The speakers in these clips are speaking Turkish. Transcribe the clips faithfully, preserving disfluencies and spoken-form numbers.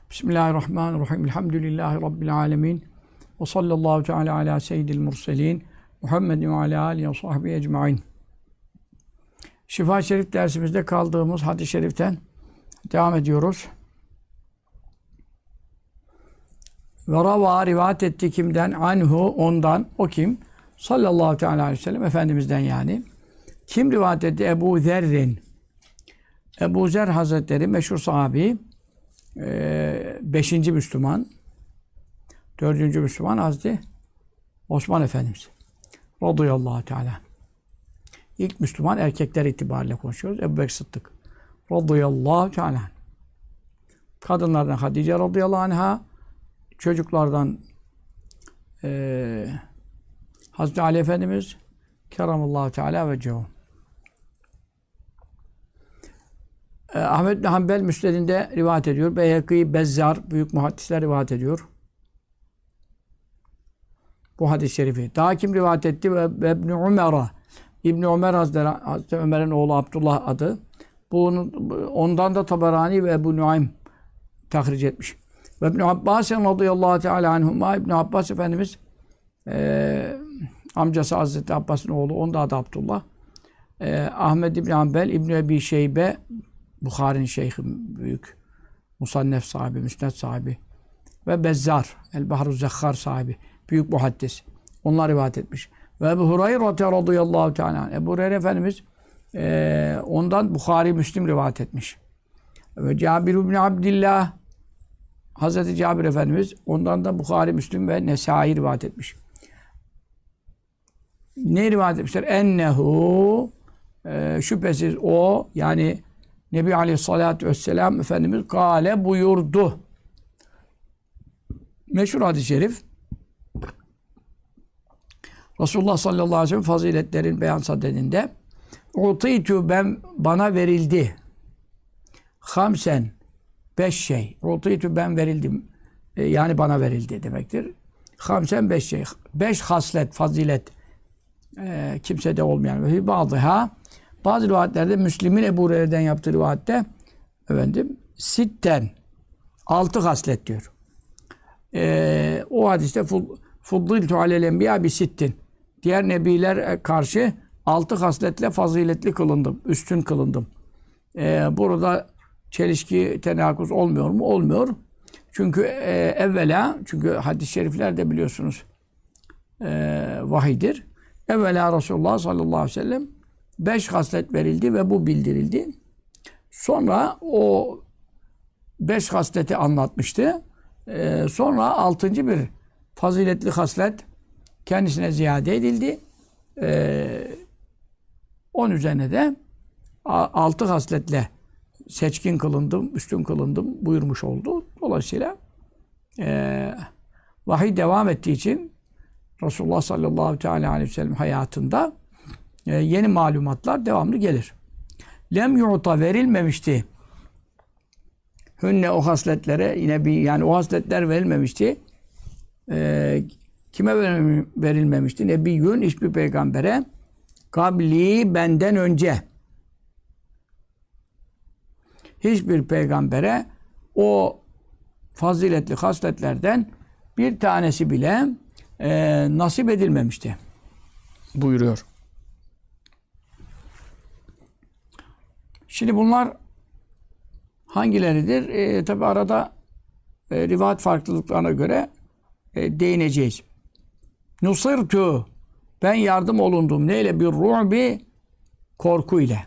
Bismillahirrahmanirrahim. Elhamdülillahi Rabbil alemin. Ve sallallahu teala ala seyyidil murselin. Muhammedin ve ala alihi ve sahbihi ecmain. Şifa-i Şerif dersimizde kaldığımız hadis-i şeriften devam ediyoruz. Ve rava rivayet etti kimden? Anhu, ondan. O kim? Sallallahu teala aleyhi ve sellem. Efendimizden yani. Kim rivayet etti? Ebu Zerrin. Ebu Zer Hazretleri meşhur sahabi. Ee, beşinci Müslüman. Dördüncü Müslüman Hazreti Osman Efendimiz. Radıyallahu teala. İlk Müslüman erkekler itibariyle konuşuyoruz. Ebu Bekir Sıddık. Radıyallahu teala. Kadınlardan Hatice radıyallahu anha. Çocuklardan e, Hazreti Ali Efendimiz Keramallahu teala ve cehu. E, Ahmed bin Hanbel Müsned'inde rivayet ediyor. Beyhekî, Bezzar, büyük muhaddisler rivayet ediyor. Bu hadis-i şerifi. Daha kim rivayet etti? Ve İbn Ömer'a. İbn Ömer Hazretleri, Hazreti Ömer'in oğlu Abdullah adı. Bunun, ondan da Taberani ve Ebu Nuaym tahric etmiş. Ve İbn Abbas radıyallahu teala anhuma, İbn Abbas Efendimiz e, amcası Hazreti Abbas'ın oğlu, onun da adı Abdullah. E, Ahmed İbn Hanbel, İbn Ebi Şeybe, Bukhari'nin şeyhi, büyük musannef sahibi, müsned sahibi ve Bezzar, El-Bahru Zekhar sahibi, büyük muhaddis. Onlar rivayet etmiş. Ve Ebu Hureyre radıyallahu teala. Ebu Hureyre Efendimiz e, ondan Bukhari, Müslim rivayet etmiş. Ve Cabir ibn Abdillah, Hazreti Cabir Efendimiz ondan da Bukhari, Müslim ve Nesai rivayet etmiş. Ne rivayet etmişler? Ennehu e, şüphesiz o, yani Nebi Aleyhisselatü Vesselam Efendimiz kâle buyurdu. Meşhur hadis-i şerif. Resulullah sallallahu aleyhi ve sellem faziletlerin beyan sadedinde utîtü, ben bana verildi. Hamsen, beş şey. Utîtü, ben verildim. E, yani bana verildi demektir. Hamsen, beş şey. Beş haslet, fazilet. E, kimsede olmayan. Ve bazıha, bazı rivayetlerde Müslim'in Ebu Hureyre'den yaptığı rivayette efendim sitten, altı haslet diyor. E, o hadiste fuddiltu alel enbiya bi sittin. Diğer nebiler karşı altı hasletle faziletli kılındım. Üstün kılındım. Ee, burada çelişki, tenakuz olmuyor mu? Olmuyor. Çünkü e, evvela, çünkü hadis-i şerifler de biliyorsunuz e, vahidir. Evvela Resulullah sallallahu aleyhi ve sellem beş haslet verildi ve bu bildirildi. Sonra o beş hasleti anlatmıştı. E, sonra altıncı bir faziletli haslet kendisine ziyade edildi. Ee, onun üzerine de altı hasletle seçkin kılındım, üstün kılındım buyurmuş oldu. Dolayısıyla e, vahiy devam ettiği için Resulullah sallallahu teala aleyhi ve sellem hayatında e, yeni malumatlar devamlı gelir. Lem yu'ta, verilmemişti. Hünne, o hasletlere, yine bir, yani o hasletler verilmemişti. E, Kime verilmemişti? Nebiyyün, hiçbir peygambere. Kabli, benden önce. Hiçbir peygambere o faziletli hasletlerden bir tanesi bile e, nasip edilmemişti. Buyuruyor. Şimdi bunlar hangileridir? E, Tabi arada e, rivayet farklılıklarına göre e, değineceğiz. Nusirtu, ben yardım olundum. Neyle? Bir ru'bi, korku ile.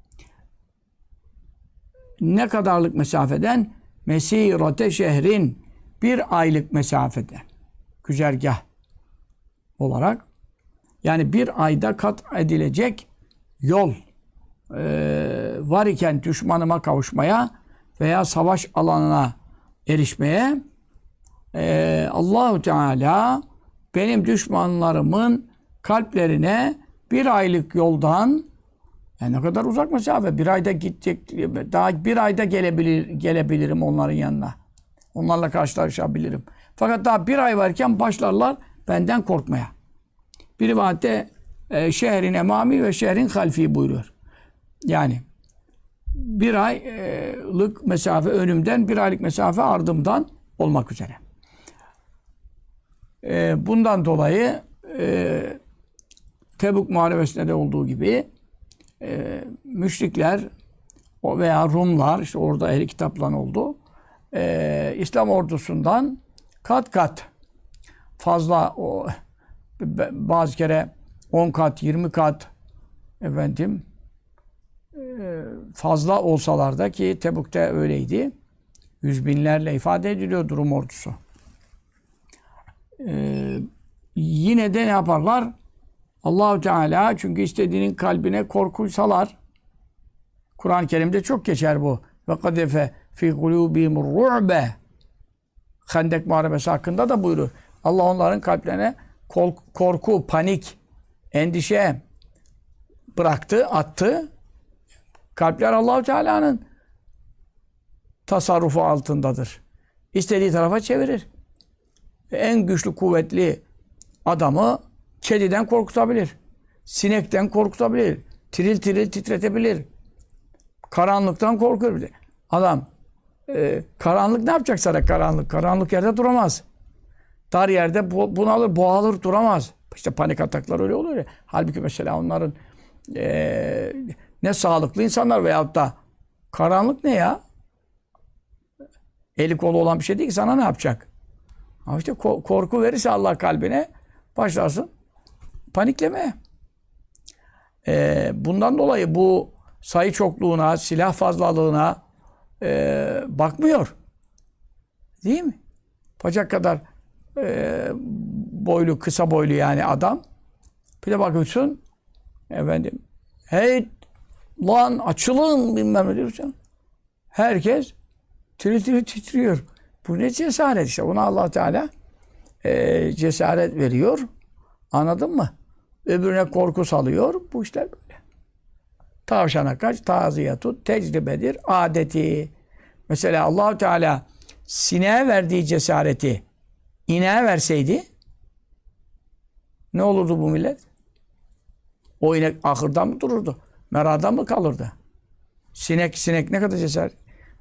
Ne kadarlık mesafeden? Mesirate şehrin, bir aylık mesafede. Güzergah olarak. Yani bir ayda kat edilecek yol ee, var iken düşmanıma kavuşmaya veya savaş alanına erişmeye ee, Allahu Teala benim düşmanlarımın kalplerine bir aylık yoldan, yani ne kadar uzak mesafe, bir ayda gidecek, daha bir ayda gelebilir, gelebilirim onların yanına. Onlarla karşılaşabilirim. Fakat daha bir ay varken başlarlar benden korkmaya. Bir rivayette e, şehrin emami ve şehrin halfi buyuruyor. Yani bir aylık mesafe önümden, bir aylık mesafe ardımdan olmak üzere. E, bundan dolayı e, Tebuk Muharebesi'nde de olduğu gibi e, müşrikler veya Rumlar, işte orada ehli kitaplan oldu, e, İslam ordusundan kat kat fazla, o bazı kere on kat, yirmi kat efendim fazla olsalar da, ki Tebuk'ta öyleydi, yüz binlerle ifade ediliyor Rum ordusu. Ee, yine de ne yaparlar? Allahu Teala, çünkü istediğinin kalbine korku salar. Kur'an-ı Kerim'de çok geçer bu. Ve kadefe fi kulubihimur ru'be. Hendek Muharebesi hakkında da buyuruyor. Allah onların kalplerine korku, panik, endişe bıraktı, attı. Kalpler Allah-u Teala'nın tasarrufu altındadır. İstediği tarafa çevirir. En güçlü, kuvvetli adamı kediden korkutabilir. Sinekten korkutabilir. Tiril tiril titretebilir. Karanlıktan korkuyor. Adam e, karanlık ne yapacak sana, karanlık? Karanlık yerde duramaz. Dar yerde bunalır, boğalır, duramaz. İşte panik ataklar öyle oluyor ya. Halbuki mesela onların e, ne sağlıklı insanlar veyahut da karanlık ne ya? Eli kolu olan bir şey değil ki, sana ne yapacak? Ama işte korku verirse Allah kalbine, başlarsın paniklemeye. Ee, bundan dolayı bu sayı çokluğuna, silah fazlalığına e, bakmıyor. Değil mi? Bacak kadar e, boylu, kısa boylu yani adam. Bir de bakıyorsun efendim, hey lan açılın bilmem ne diyorsun. Herkes tiril tiril titriyor. Bu ne cesaret işte. Ona Allah Teala e, cesaret veriyor. Anladın mı? Öbürüne korku salıyor. Bu işler böyle. Tavşana kaç, tazıya tut, tecrübedir, adeti. Mesela Allah Teala sineğe verdiği cesareti ineğe verseydi ne olurdu bu millet? O inek ahırda mı dururdu? Merada mı kalırdı? Sinek, sinek ne kadar cesaret?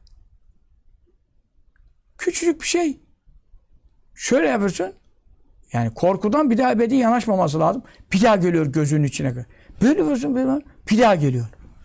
Küçücük bir şey. Şöyle yapıyorsun. Yani korkudan bir daha ebedi yanaşmaması lazım. Bir daha geliyor gözünün içine. Böyle yapıyorsun, böyle bir daha geliyor.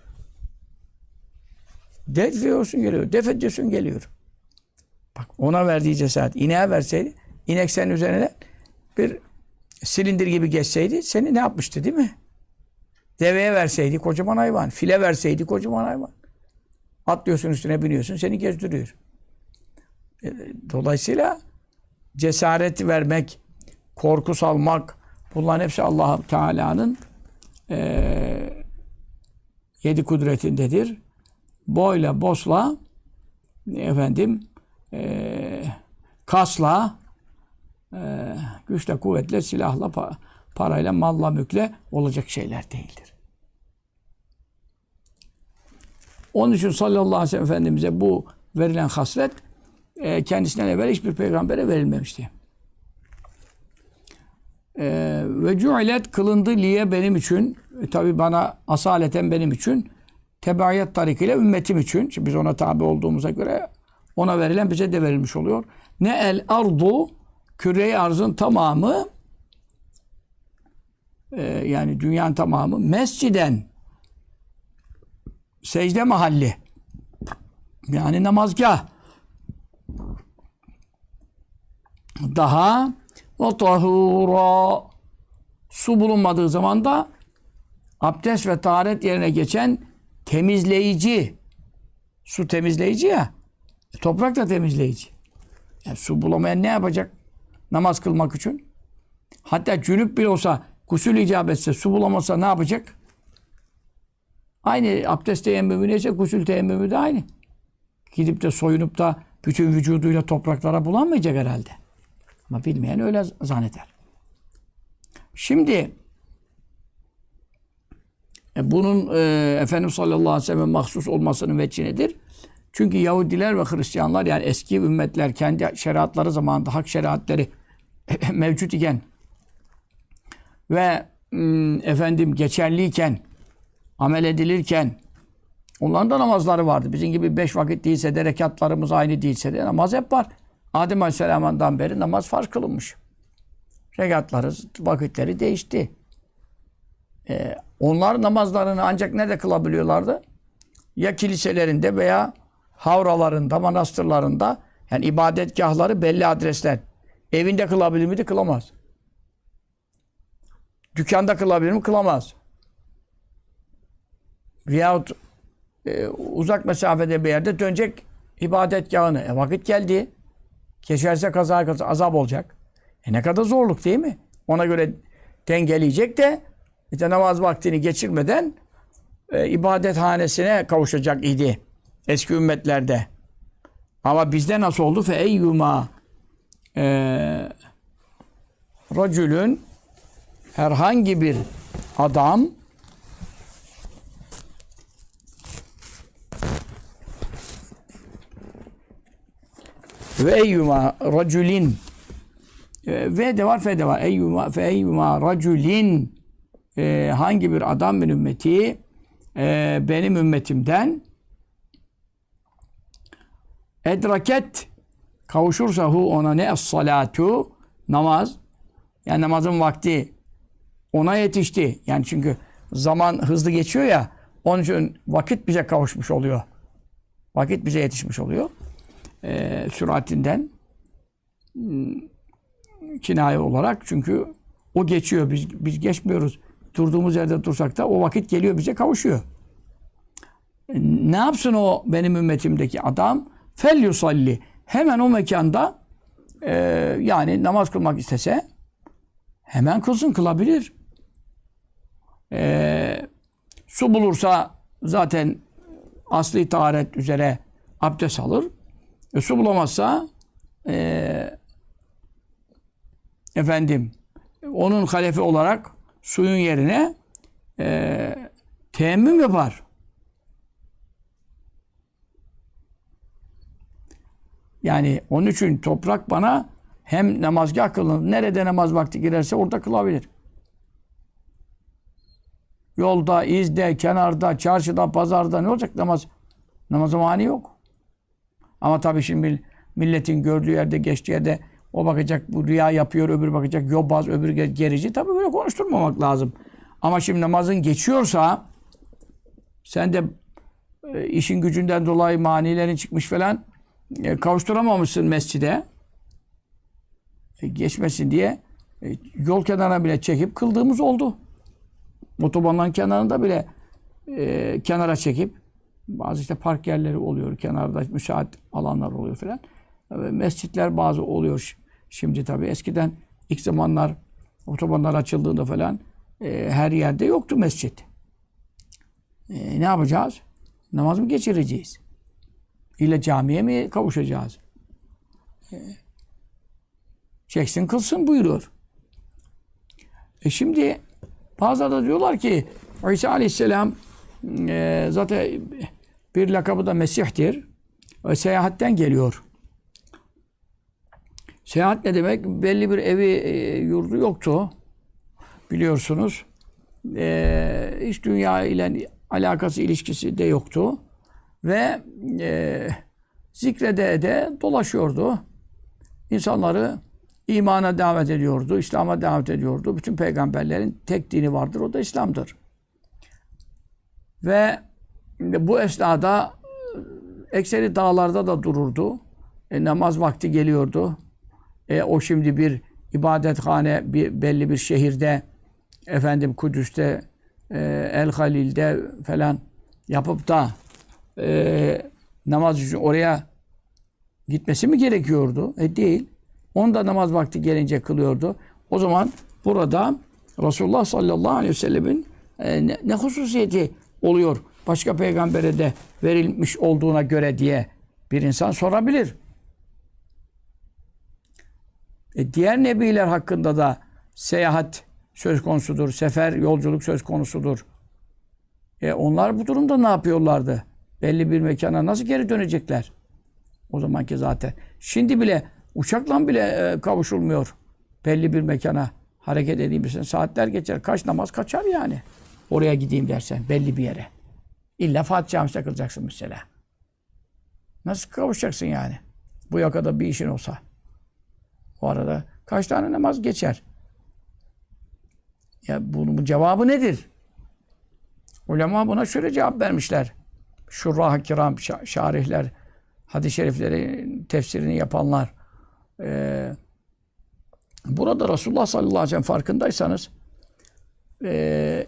Def ediyorsun geliyor. Def ediyorsun geliyor. Bak ona verdiği cesaret. İneğe verseydi, inek senin üzerine bir silindir gibi geçseydi seni ne yapmıştı değil mi? Deveye verseydi kocaman hayvan. File verseydi kocaman hayvan. Atlıyorsun üstüne, biniyorsun, seni gezdiriyor. Dolayısıyla cesaret vermek, korku salmak, bunların hepsi Allah Teala'nın e, yedi kudretindedir. Boyla, bosla, efendim, e, kasla, e, güçle, kuvvetle, silahla, pa parayla, malla, mülkle olacak şeyler değildir. Onun için sallallahu aleyhi ve sellem Efendimiz'e bu verilen haslet e, kendisinden evvel hiçbir peygambere verilmemişti. E, ve cu'ilet kılındı liye benim için, e, tabi bana asaleten benim için, tebaiyet tarikiyle ümmetim için. Şimdi biz ona tabi olduğumuza göre ona verilen bize de verilmiş oluyor. Ne el ardu, küre-i arzın tamamı, e, yani dünyanın tamamı, mesciden, secde mahalli, yani namazgah, daha o tahura, su bulunmadığı zaman da abdest ve taharet yerine geçen temizleyici, su temizleyici ya, toprak da temizleyici. Yani su bulamayan ne yapacak? Namaz kılmak için. Hatta cünüp bile olsa, gusül icap etse, su bulamazsa ne yapacak? Aynı abdest teyemmümü neyse gusül teyemmümü de aynı. Gidip de soyunup da bütün vücuduyla topraklara bulamayacak herhalde. Ama bilmeyen öyle zanneder. Şimdi e, bunun e, Efendimiz sallallahu aleyhi ve sellem mahsus olmasının vecih nedir? Çünkü Yahudiler ve Hristiyanlar, yani eski ümmetler kendi şeriatları zamanında hak şeriatleri mevcut iken ve m, efendim geçerliyken, amel edilirken Onların da namazları vardı. Bizim gibi beş vakit değilse de, rekatlarımız aynı değilse de namaz hep var. Adem Aleyhisselam'dan beri namaz farz kılınmış. Rekatları, vakitleri değişti. Ee, onlar namazlarını ancak nerede kılabiliyorlardı? Ya kiliselerinde veya havralarında, manastırlarında, yani ibadetgahları belli adresler. Evinde kılabilir miydi? Kılamaz. Dükkanda kılabilir mi? Kılamaz. Veyahut e, uzak mesafede bir yerde dönecek ibadetgahını. E, vakit geldi. Geçerse kaza kaza azap olacak. E ne kadar zorluk değil mi? Ona göre dengeleyecek de işte namaz vaktini geçirmeden e, ibadethanesine kavuşacak idi. Eski ümmetlerde. Ama bizde nasıl oldu? Fe eyyuma e, racülün herhangi bir adam ve eyyuma racülin ve de var fe de var eyyuma fe eyyuma racülin e, hangi bir adam min ümmeti e, benim ümmetimden edraket kavuşursa hu ona ne es-salatu namaz, yani namazın vakti ona yetişti. Yani çünkü zaman hızlı geçiyor ya, onun için vakit bize kavuşmuş oluyor. Vakit bize yetişmiş oluyor. Ee, süratinden kinaye olarak, çünkü o geçiyor. Biz biz geçmiyoruz. Durduğumuz yerde dursak da o vakit geliyor, bize kavuşuyor. E, ne yapsın o benim ümmetimdeki adam? Fel yusalli. Hemen o mekanda e, yani namaz kılmak istese hemen kılsın, kılabilir. E, su bulursa zaten asli taharet üzere abdest alır. E, su bulamazsa e, efendim onun halefi olarak suyun yerine e, teyemmüm yapar. Yani onun için toprak bana hem namazgah kılınır. Nerede namaz vakti girerse orada kılabilir. Yolda, izde, kenarda, çarşıda, pazarda ne olacak namaz? Namaza mani yok. Ama tabii şimdi milletin gördüğü yerde, geçtiği yerde o bakacak, bu rüya yapıyor, öbür bakacak, yobaz, öbür gerici. Tabii böyle konuşturmamak lazım. Ama şimdi namazın geçiyorsa sen de e, işin gücünden dolayı manilerin çıkmış falan e, kavuşturamamışsın mescide. E, geçmesin diye e, yol kenarına bile çekip kıldığımız oldu. Otobanların kenarında bile e, kenara çekip, bazı işte park yerleri oluyor, kenarda müsait alanlar oluyor falan. E, mescitler bazı oluyor. Şimdi tabii eskiden ilk zamanlar otobanlar açıldığında falan e, her yerde yoktu mescit. E, ne yapacağız? Namaz mı geçireceğiz? İlle camiye mi kavuşacağız? E, çeksin kılsın buyuruyor. E şimdi bazıları da diyorlar ki İsa Aleyhisselam e, zaten bir lakabı da Mesih'tir. E, seyahatten geliyor. Seyahat ne demek? Belli bir evi, e, yurdu yoktu. Biliyorsunuz. E, hiç dünya ile alakası, ilişkisi de yoktu. Ve e, zikrede de dolaşıyordu. İnsanları imana davet ediyordu, İslam'a davet ediyordu. Bütün peygamberlerin tek dini vardır, o da İslam'dır. Ve bu esnada ekseri dağlarda da dururdu. E, namaz vakti geliyordu. E, o şimdi bir ibadethane, bir, belli bir şehirde, efendim Kudüs'te, e, El Halil'de falan yapıp da e, namaz için oraya gitmesi mi gerekiyordu? E değil. Onu da namaz vakti gelince kılıyordu. O zaman burada Resulullah sallallahu aleyhi ve sellemin e, ne, ne hususiyeti oluyor? Başka peygambere de verilmiş olduğuna göre diye bir insan sorabilir. E, diğer nebiler hakkında da seyahat söz konusudur. Sefer, yolculuk söz konusudur. E, onlar bu durumda ne yapıyorlardı? Belli bir mekana nasıl geri dönecekler? O zamanki zaten. Şimdi bile uçakla bile e, kavuşulmuyor. Belli bir mekana hareket edeyim dersen saatler geçer. Kaç namaz kaçar yani. Oraya gideyim dersen belli bir yere. İlla Fatih Camisi'ne kılacaksın mesela. Nasıl kavuşacaksın yani? Bu yakada bir işin olsa. O arada kaç tane namaz geçer? Ya bunun cevabı nedir? Ulema buna şöyle cevap vermişler. Şurrah-ı kiram, şarihler, hadis-i şeriflerin tefsirini yapanlar. Ee, burada Resulullah sallallahu aleyhi ve sellem farkındaysanız e,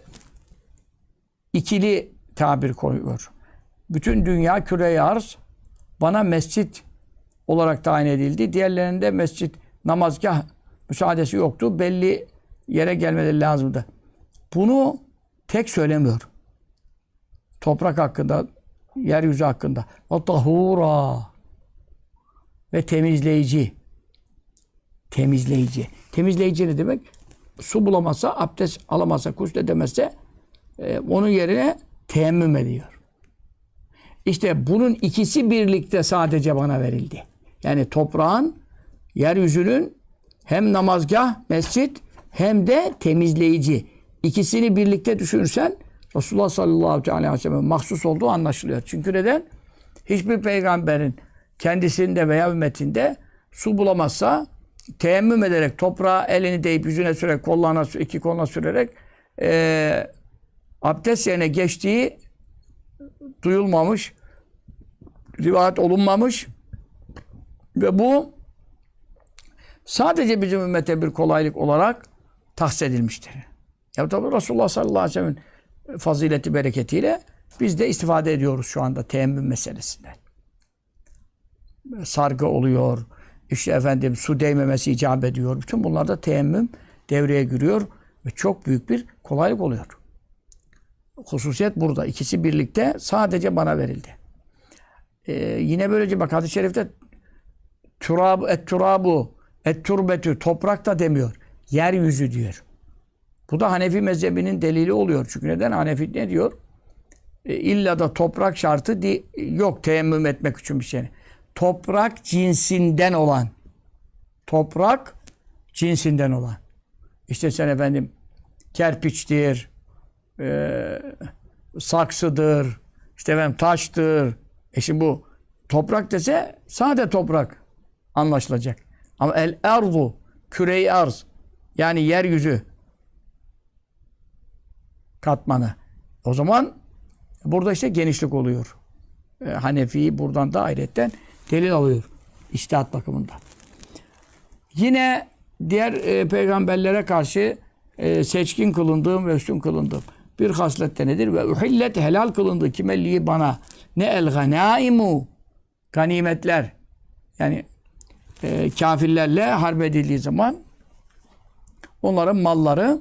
ikili tabir koyuyor. Bütün dünya küre-i arz bana mescit olarak tayin edildi. Diğerlerinde mescit, namazgah müsaadesi yoktu. Belli yere gelmeleri lazımdı. Bunu tek söylemiyor. Toprak hakkında, yeryüzü hakkında. Ve tahura ve temizleyici. Temizleyici. Temizleyici ne demek? Su bulamazsa, abdest alamazsa, gusül edemezse e, onun yerine teyemmüm ediyor. İşte bunun ikisi birlikte sadece bana verildi. Yani toprağın, yeryüzünün hem namazgah, mescit hem de temizleyici. İkisini birlikte düşünürsen Resulullah sallallahu aleyhi ve sellem mahsus olduğu anlaşılıyor. Çünkü neden? Hiçbir peygamberin kendisinde veya ümmetinde su bulamazsa teyemmüm ederek, toprağa elini deyip yüzüne sürerek, kollarına, iki koluna sürerek e, abdest yerine geçtiği duyulmamış, rivayet olunmamış ve bu sadece bizim ümmete bir kolaylık olarak tahsis edilmiştir. Ya tabi Resulullah sallallahu aleyhi ve sellem'in fazileti, bereketiyle biz de istifade ediyoruz şu anda teyemmüm meselesinden. Sargı oluyor, işte efendim su değmemesi icap ediyor. Bütün bunlarda teyemmüm devreye giriyor ve çok büyük bir kolaylık oluyor. Hususiyet burada. İkisi birlikte sadece bana verildi. Ee, yine böylece bak hadis-i şerifte turab, et turabu, et turbetü, toprak da demiyor. Yeryüzü diyor. Bu da Hanefi mezhebinin delili oluyor. Çünkü neden? Hanefi ne diyor? E, illa da toprak şartı di, yok teyemmüm etmek için bir şey. Toprak cinsinden olan. Toprak cinsinden olan. İşte sen efendim kerpiçtir, e, saksıdır, işte efendim taştır. E şimdi bu toprak dese sade toprak anlaşılacak. Ama el erdu, küre-i arz yani yeryüzü katmanı. O zaman burada işte genişlik oluyor. E, Hanefi buradan da ayrıyetten delil alıyor. İçtihat bakımında. Yine diğer e, peygamberlere karşı e, seçkin kılındığım ve üstün kılındığım bir haslette nedir? Ve uhillet helal kılındı kimelliği bana. Ne el ganaimu ganimetler. Yani e, kafirlerle harp edildiği zaman onların malları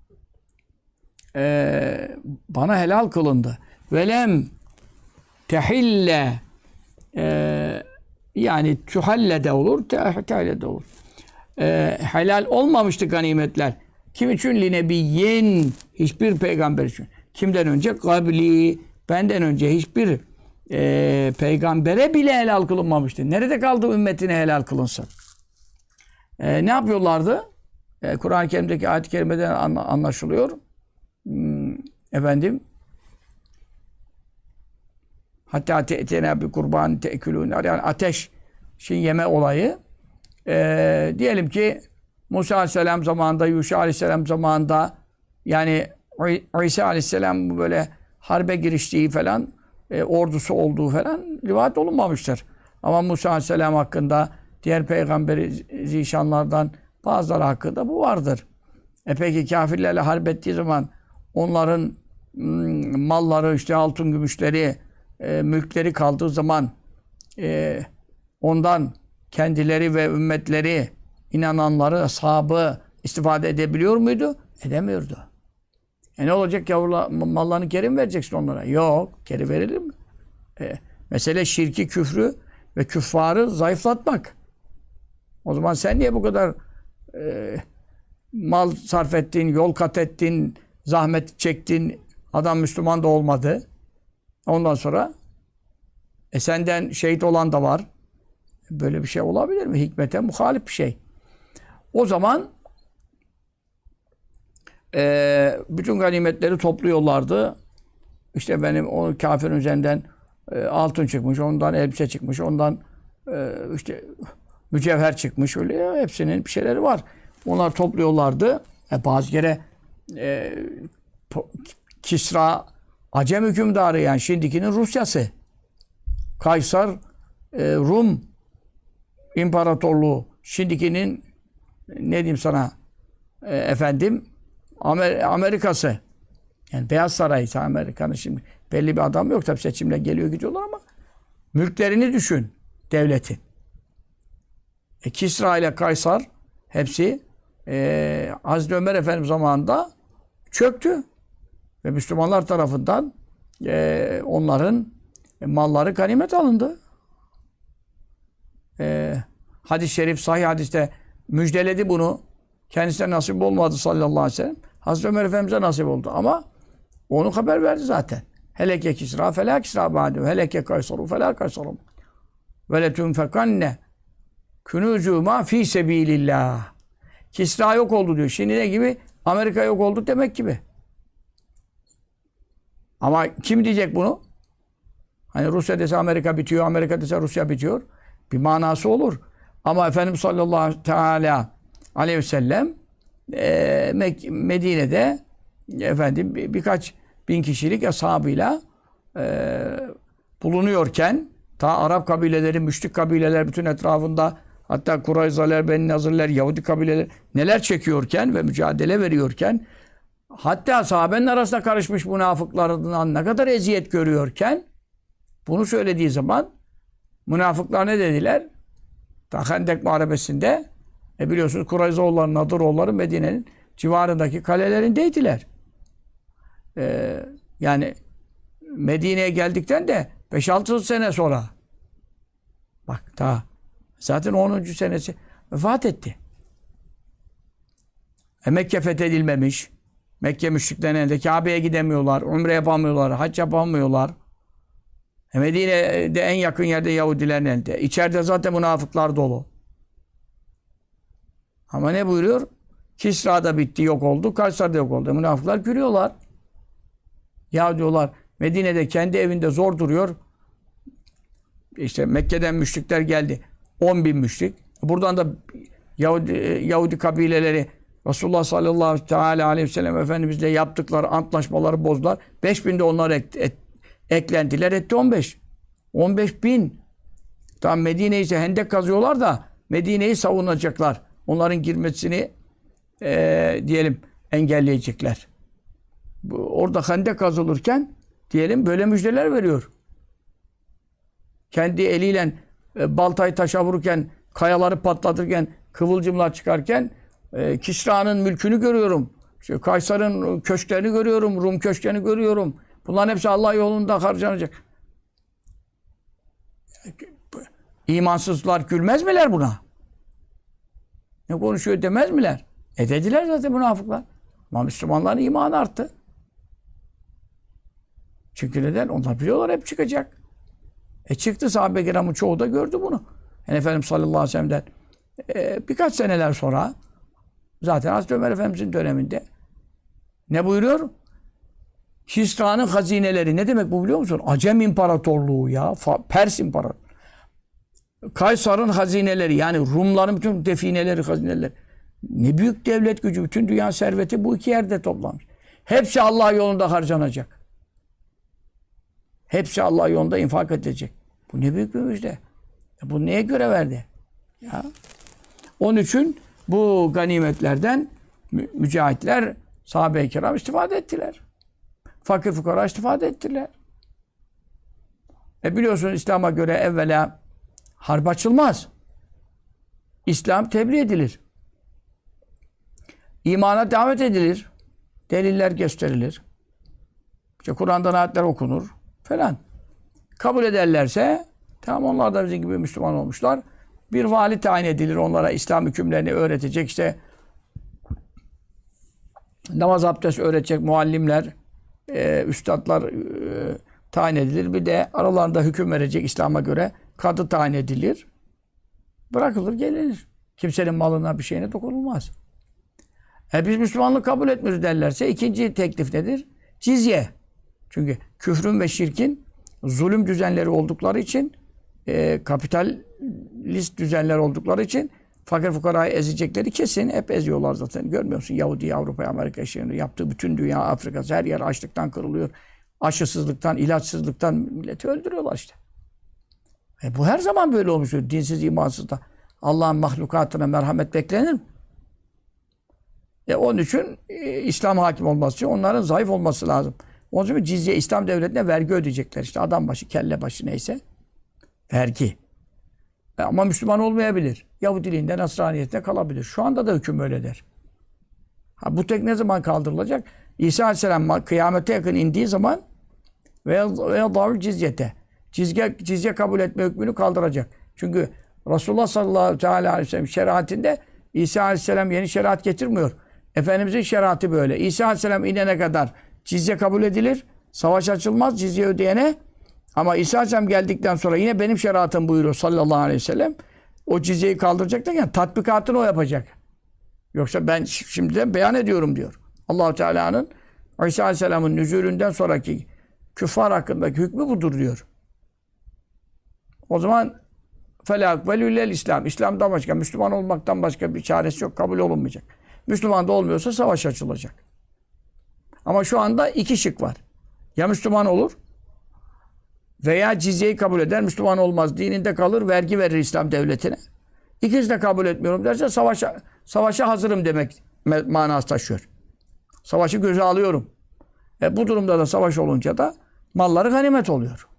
e, bana helal kılındı. Velem tehille e, yani tuhalle de olur, tehille de olur. E, helal olmamıştı ganimetler. Kim için? Linebiyyin. Hiçbir peygamber için. Kimden önce? Gabli. Benden önce hiçbir e, peygambere bile helal kılınmamıştı. Nerede kaldı ümmetine helal kılınsın? E, ne yapıyorlardı? E, Kur'an-ı Kerim'deki ayet-i kerimeden anlaşılıyor. Hmm, efendim hatta te'tena bi kurban te'kulun yani ateş şimdi yeme olayı e, diyelim ki Musa aleyhisselam zamanında, Yuşa aleyhisselam zamanında yani İsa aleyhisselam böyle harbe giriştiği falan e, ordusu olduğu falan rivayet olunmamıştır. Ama Musa aleyhisselam hakkında diğer peygamberi zişanlardan bazıları hakkında bu vardır. E peki kafirlerle harp ettiği zaman onların mm, malları, işte altın, gümüşleri, e, mülkleri kaldığı zaman e, ondan kendileri ve ümmetleri, inananları, ashabı istifade edebiliyor muydu? Edemiyordu. E ne olacak yavrular, mallarını geri mi vereceksin onlara? Yok, geri verilir mi? E, mesele şirki, küfrü ve küffarı zayıflatmak. O zaman sen niye bu kadar e, mal sarf ettin, yol kat ettin, zahmet çektin, adam Müslüman da olmadı. Ondan sonra e senden şehit olan da var. Böyle bir şey olabilir mi? Hikmete muhalif bir şey. O zaman e, bütün ganimetleri topluyorlardı. işte benim o kafirin üzerinden e, altın çıkmış, ondan elbise çıkmış, ondan e, işte mücevher çıkmış. Öyle ya, hepsinin bir şeyleri var. Onlar topluyorlardı. E, bazı kere e, Kisra Acem hükümdarı, yani şimdikinin Rusyası. Kaysar e, Rum İmparatorluğu. Şimdikinin ne diyeyim sana e, efendim Amer Amerika'sı. Yani Beyaz Saray ise Amerika'nın, şimdi belli bir adam yok tabii, seçimle geliyor gidiyorlar ama mülklerini düşün devletin. E, Kisra ile Kaysar hepsi e, Hazreti Ömer Efendimiz zamanında çöktü. Ve Müslümanlar tarafından e, onların malları ganimet alındı. E, hadis-i şerif, sahih hadiste müjdeledi bunu. Kendisine nasip olmadı sallallahu aleyhi ve sellem. Hazreti Ömer Efendimiz'e nasip oldu ama onu haber verdi zaten. Heleke Kisra felâ Kisra ba'du. Heleke Kaysaru felâ Kaysaru. Ve letunfekanne künûzû mâ fî sebîlillâh. Kisra yok oldu diyor. Şimdi ne gibi? Amerika yok oldu demek gibi. Ama kim diyecek bunu? Hani Rusya dese Amerika bitiyor, Amerika dese Rusya bitiyor. Bir manası olur. Ama Efendimiz sallallahu teala aleyhi ve sellem e, Medine'de efendim bir, birkaç bin kişilik ashabıyla e, bulunuyorken, ta Arap kabileleri, müşrik kabileler bütün etrafında, hatta Kurayzalar, Beni Nazırlar, Yahudi kabileler neler çekiyorken ve mücadele veriyorken, hatta sahabenin arasında karışmış münafıklarından ne kadar eziyet görüyorken, bunu söylediği zaman münafıklar ne dediler? Ta Hendek Muharebesi'nde e biliyorsunuz Kurayzoğulları, Nadıroğulları Medine'nin civarındaki kalelerindeydiler. Ee, yani Medine'ye geldikten de beş altı sene sonra, bak ta zaten onuncu senesi vefat etti. E Mekke fethedilmemiş. Mekke müşriklerinin elinde, Kabe'ye gidemiyorlar, umre yapamıyorlar, hac yapamıyorlar. E Medine'de en yakın yerde Yahudilerin elinde. İçeride zaten münafıklar dolu. Ama ne buyuruyor? Kisra'da bitti, yok oldu. Kaysar'da yok oldu. Münafıklar gülüyorlar. Ya diyorlar, Medine'de kendi evinde zor duruyor. İşte Mekke'den müşrikler geldi. on bin müşrik. Buradan da Yahudi, Yahudi kabileleri Resulullah sallallahu aleyhi ve sellem Efendimizle yaptıkları antlaşmaları bozdular. beş bin de onlar ek, et, eklentiler etti on beş. on beş bin. Tam Medine'yi ise hendek kazıyorlar da Medine'yi savunacaklar. Onların girmesini e, diyelim engelleyecekler. Bu, orada hendek kazılırken diyelim böyle müjdeler veriyor. Kendi eliyle e, baltayı taşa vururken, kayaları patlatırken, kıvılcımlar çıkarken e, Kisra'nın mülkünü görüyorum. İşte Kaysar'ın köşklerini görüyorum, Rum köşklerini görüyorum. Bunların hepsi Allah yolunda harcanacak. İmansızlar gülmez miler buna? Ne konuşuyor demez miler? E dediler zaten münafıklar. Ama Müslümanların imanı arttı. Çünkü neden? Onlar biliyorlar hep çıkacak. E çıktı, sahabe-i kiramın çoğu da gördü bunu. Yani Efendimiz sallallahu aleyhi ve sellem'den e, birkaç seneler sonra zaten Hazreti Ömer Efendimiz'in döneminde ne buyuruyor? Kisra'nın hazineleri. Ne demek bu biliyor musun? Acem İmparatorluğu ya. Pers İmparatorluğu. Kaysar'ın hazineleri, yani Rumların bütün defineleri, hazineleri. Ne büyük devlet gücü. Bütün dünya serveti bu iki yerde toplanmış. Hepsi Allah yolunda harcanacak. Hepsi Allah yolunda infak edilecek. Bu ne büyük bir müjde. Bu neye göre verdi? Ya. Onun için bu ganimetlerden mü mücahitler, sahabe-i kiram istifade ettiler. Fakir fukara istifade ettiler. E biliyorsun İslam'a göre evvela harp açılmaz. İslam tebliğ edilir. İmana davet edilir. Deliller gösterilir. İşte Kur'an'dan ayetler okunur falan. Kabul ederlerse tamam, onlar da bizim gibi Müslüman olmuşlar. Bir vali tayin edilir, onlara İslam hükümlerini öğretecek, işte namaz abdest öğretecek muallimler, e, üstadlar e, tayin edilir. Bir de aralarında hüküm verecek İslam'a göre kadı tayin edilir. Bırakılır gelinir. Kimsenin malına bir şeyine dokunulmaz. E biz Müslümanlık kabul etmiyoruz derlerse ikinci teklif nedir? Cizye. Çünkü küfrün ve şirkin zulüm düzenleri oldukları için, e, kapitalist düzenler oldukları için fakir fukarayı ezecekleri kesin. Hep eziyorlar zaten. Görmüyor musun? Yahudi, Avrupa, Amerika işlerini yaptığı bütün dünya, Afrika, her yer açlıktan kırılıyor. Aşısızlıktan, ilaçsızlıktan milleti öldürüyorlar işte. E bu her zaman böyle olmuştur. Dinsiz, imansız da. Allah'ın mahlukatına merhamet beklenir mi? E onun için e, İslam hakim olması için onların zayıf olması lazım. Onun için cizye İslam devletine vergi ödeyecekler. İşte adam başı, kelle başı neyse. Vergi. E ama Müslüman olmayabilir. Yahudiliğinde, Nasraniyetinde kalabilir. Şu anda da hüküm öyle der. Ha, bu tek ne zaman kaldırılacak? İsa Aleyhisselam kıyamete yakın indiği zaman veya davul cizyete. Cizye, cizye kabul etme hükmünü kaldıracak. Çünkü Resulullah sallallahu aleyhi ve sellem şeriatinde İsa Aleyhisselam yeni şeriat getirmiyor. Efendimizin şeriatı böyle. İsa Aleyhisselam inene kadar cizye kabul edilir. Savaş açılmaz cizye ödeyene. Ama İsa Aleyhisselam geldikten sonra yine benim şeriatım buyuruyor sallallahu aleyhi ve sellem. O cizyeyi kaldıracak derken tatbikatını o yapacak. Yoksa ben şimdiden beyan ediyorum diyor. Allah-u Teala'nın İsa Aleyhisselam'ın nüzulünden sonraki küffar hakkındaki hükmü budur diyor. O zaman فَلَا اَقْبَلُ İslam. İslam'dan başka, Müslüman olmaktan başka bir çaresi yok. Kabul olunmayacak. Müslüman da olmuyorsa savaş açılacak. Ama şu anda iki şık var. Ya Müslüman olur veya cizyeyi kabul eder. Müslüman olmaz. Dininde kalır. Vergi verir İslam devletine. İkisi de kabul etmiyorum derse savaşa, savaşa hazırım demek manası taşıyor. Savaşı göze alıyorum. E bu durumda da savaş olunca da malları ganimet oluyor.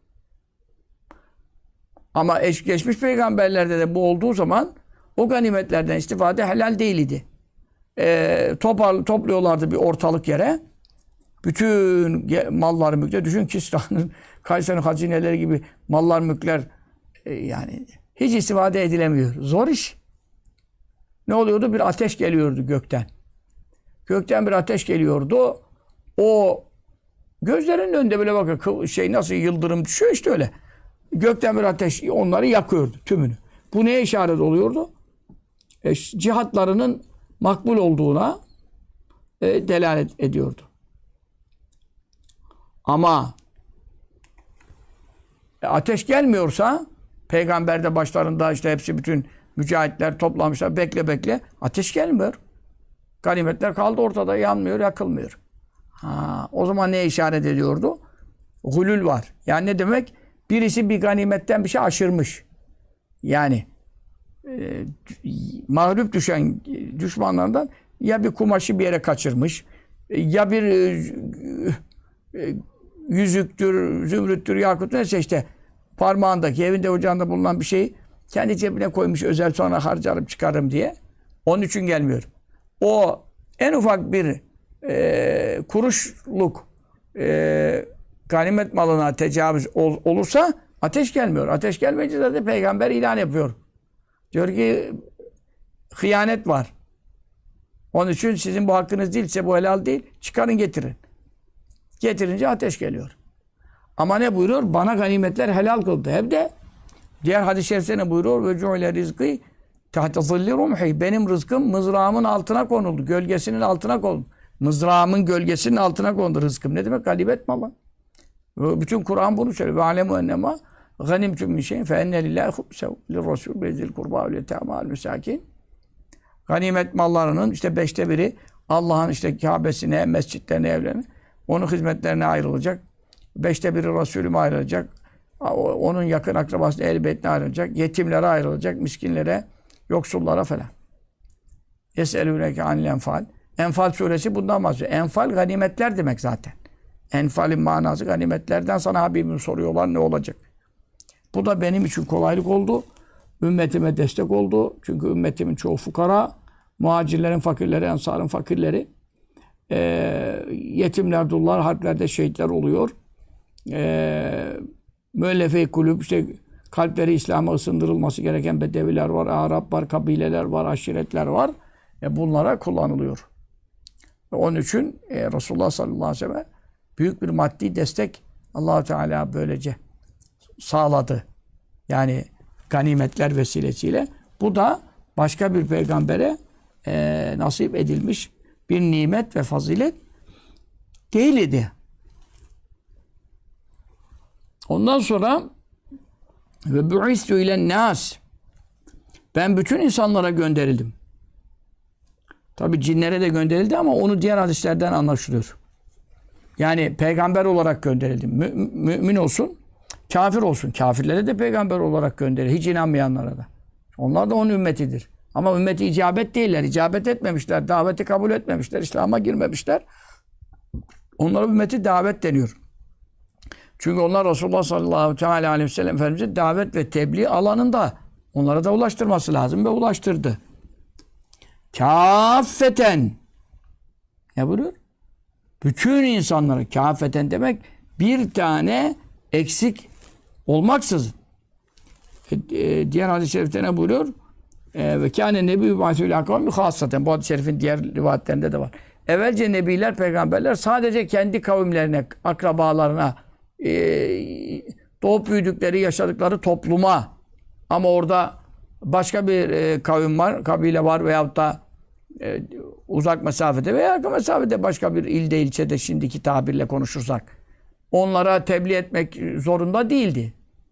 Ama eş, geçmiş peygamberlerde de bu olduğu zaman o ganimetlerden istifade helal değildi. E, topar, topluyorlardı bir ortalık yere. Bütün mallar mülkler, düşün Kisra'nın, Kayser'in hazineleri gibi mallar mülkler e, yani hiç istifade edilemiyor. Zor iş. Ne oluyordu? Bir ateş geliyordu gökten. Gökten bir ateş geliyordu. O gözlerinin önünde böyle bakın şey nasıl yıldırım düşüyor işte öyle. Gökten bir ateş onları yakıyordu tümünü. Bu neye işaret oluyordu? E, cihatlarının makbul olduğuna e, delalet ediyordu. Ama e, ateş gelmiyorsa peygamber de başlarında işte hepsi bütün mücahitler toplamışlar bekle bekle ateş gelmiyor. Ganimetler kaldı ortada yanmıyor yakılmıyor. Ha, o zaman neye işaret ediyordu? Hulul var. Yani ne demek? Birisi bir ganimetten bir şey aşırmış. Yani e, mağlup düşen düşmanlarından ya bir kumaşı bir yere kaçırmış, ya bir e, e, yüzüktür, zümrüttür, yakut neyse işte parmağındaki, evinde ocağında bulunan bir şeyi kendi cebine koymuş özel sonra harcarım çıkarım diye. Onun için gelmiyor. O en ufak bir e, kuruşluk e, ganimet malına tecavüz ol, olursa ateş gelmiyor. Ateş gelmeyince zaten peygamber ilan yapıyor. Diyor ki hıyanet var. Onun için sizin bu hakkınız değilse bu helal değil. Çıkarın getirin. Getirince ateş geliyor. Ama ne buyuruyor? Bana ganimetler helal kıldı. Hem de diğer hadis-i şerifte ne buyuruyor? Ve cu'ile rizkı tahta zilli rumhi. Benim rızkım mızrağımın altına konuldu. Gölgesinin altına konuldu. Mızrağımın gölgesinin altına konuldu rızkım. Ne demek? Ganimet malı. Bütün Kur'an bunu söylüyor. Ve alemu ennema ganimtum min şeyin fe enne lillahi hubsehu lirrasul ve zil kurba ve yetâmâ mesakin. Ganimet mallarının işte beşte biri Allah'ın işte Kâbesine, mescitlerine, evlerine, onun hizmetlerine ayrılacak. Beşte biri Resulüme ayrılacak. Onun yakın akrabasına, ehl-i beytine ayrılacak. Yetimlere ayrılacak, miskinlere, yoksullara falan. Yeselûneke anil enfal. Enfal suresi bundan bahsediyor. Enfal ganimetler demek zaten. Enfal'in manası ganimetlerden sana Habibim soruyorlar ne olacak? Bu da benim için kolaylık oldu. Ümmetime destek oldu. Çünkü ümmetimin çoğu fukara. Muhacirlerin fakirleri, ensarın fakirleri. E, yetimler, dullar, harplerde şehitler oluyor. E, Müellefe-i kulüp, işte kalpleri İslam'a ısındırılması gereken bedeviler var, Arap var, kabileler var, aşiretler var. E, bunlara kullanılıyor. Ve onun için e, Resulullah sallallahu aleyhi ve sellem büyük bir maddi destek Allah-u Teala böylece sağladı. Yani ganimetler vesilesiyle. Bu da başka bir peygambere e, nasip edilmiş bir nimet ve fazilet değildi. Ondan sonra ve bu'istu ilen nas. Ben bütün insanlara gönderildim. Tabi cinlere de gönderildi ama onu diğer hadislerden anlaşılıyor. Yani peygamber olarak gönderildim. Mü mümin olsun, kafir olsun. Kafirlere de peygamber olarak gönderildi. Hiç inanmayanlara da. Onlar da onun ümmetidir. Ama ümmeti icabet değiller. İcabet etmemişler. Daveti kabul etmemişler. İslam'a girmemişler. Onlara ümmeti davet deniyor. Çünkü onlar Resulullah sallallahu aleyhi ve sellem Efendimiz'in davet ve tebliğ alanında. Onlara da ulaştırması lazım ve ulaştırdı. Kâffeten. Ne buyuruyor? Bütün insanlara kâffeten demek bir tane eksik olmaksızın. E, e, diğer hadis-i şerifte ne buyuruyor? E, ve kâne nebiyyü bâsûlâ kavmi hâssaten. Bu hadis-i şerifin diğer rivayetlerinde de var. Evvelce nebiler, peygamberler sadece kendi kavimlerine, akrabalarına, e, doğup büyüdükleri, yaşadıkları topluma, ama orada başka bir e, kavim var, kabile var veyahut da e, uzak mesafede veya yakın mesafede başka bir ilde, ilçede şimdiki tabirle konuşursak onlara tebliğ etmek zorunda değildi.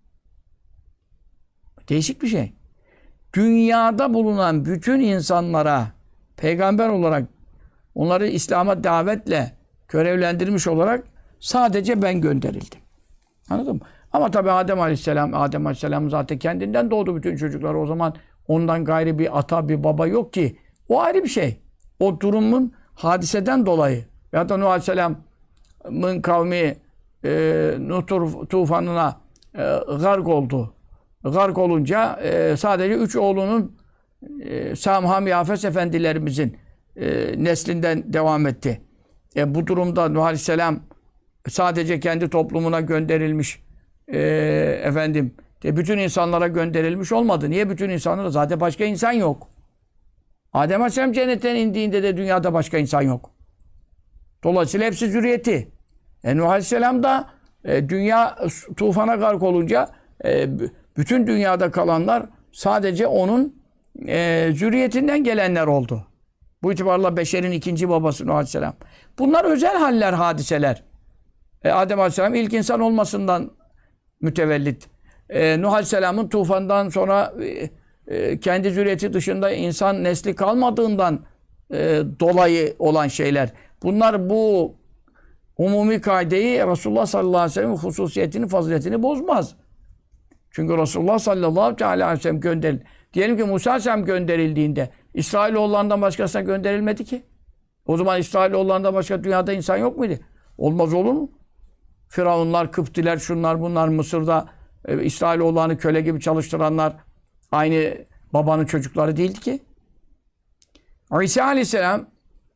Değişik bir şey. Dünyada bulunan bütün insanlara peygamber olarak onları İslam'a davetle görevlendirmiş olarak sadece ben gönderildim. Anladın mı? Ama tabi Adem Aleyhisselam, Adem Aleyhisselam zaten kendinden doğdu bütün çocuklar. O zaman ondan gayri bir ata, bir baba yok ki. O ayrı bir şey. O durumun hadiseden dolayı. Ya da Nuh Aleyhisselam'ın kavmi e, Nuh tufanına e, gark oldu. Gark olunca e, sadece üç oğlunun e, Sam, Ham, Yafes efendilerimizin e, neslinden devam etti. E, bu durumda Nuh Aleyhisselam sadece kendi toplumuna gönderilmiş, e, efendim, de bütün insanlara gönderilmiş olmadı. Niye bütün insanlara? Zaten başka insan yok. Adem Aleyhisselam cennetten indiğinde de dünyada başka insan yok. Dolayısıyla hepsi zürriyeti. E, Nuh Aleyhisselam da e, dünya tufana gark olunca e, bütün dünyada kalanlar sadece onun e, zürriyetinden gelenler oldu. Bu itibarla beşerin ikinci babası Nuh Aleyhisselam. Bunlar özel haller, hadiseler. E, Adem Aleyhisselam ilk insan olmasından mütevellit. E, Nuh Aleyhisselam'ın tufandan sonra e, e, kendi zürriyeti dışında insan nesli kalmadığından e, dolayı olan şeyler. Bunlar bu umumi kaideyi Resulullah sallallahu aleyhi ve sellem'in hususiyetini, faziletini bozmaz. Çünkü Resulullah sallallahu aleyhi ve sellem gönderildi. Diyelim ki Musa Aleyhisselam gönderildiğinde İsrailoğullarından başkasına gönderilmedi ki. O zaman İsrailoğullarından başka dünyada insan yok muydu? Olmaz olur mu? Firavunlar, Kıptiler, şunlar bunlar Mısır'da e, İsrailoğullarını köle gibi çalıştıranlar aynı babanın çocukları değildi ki. İsa Aleyhisselam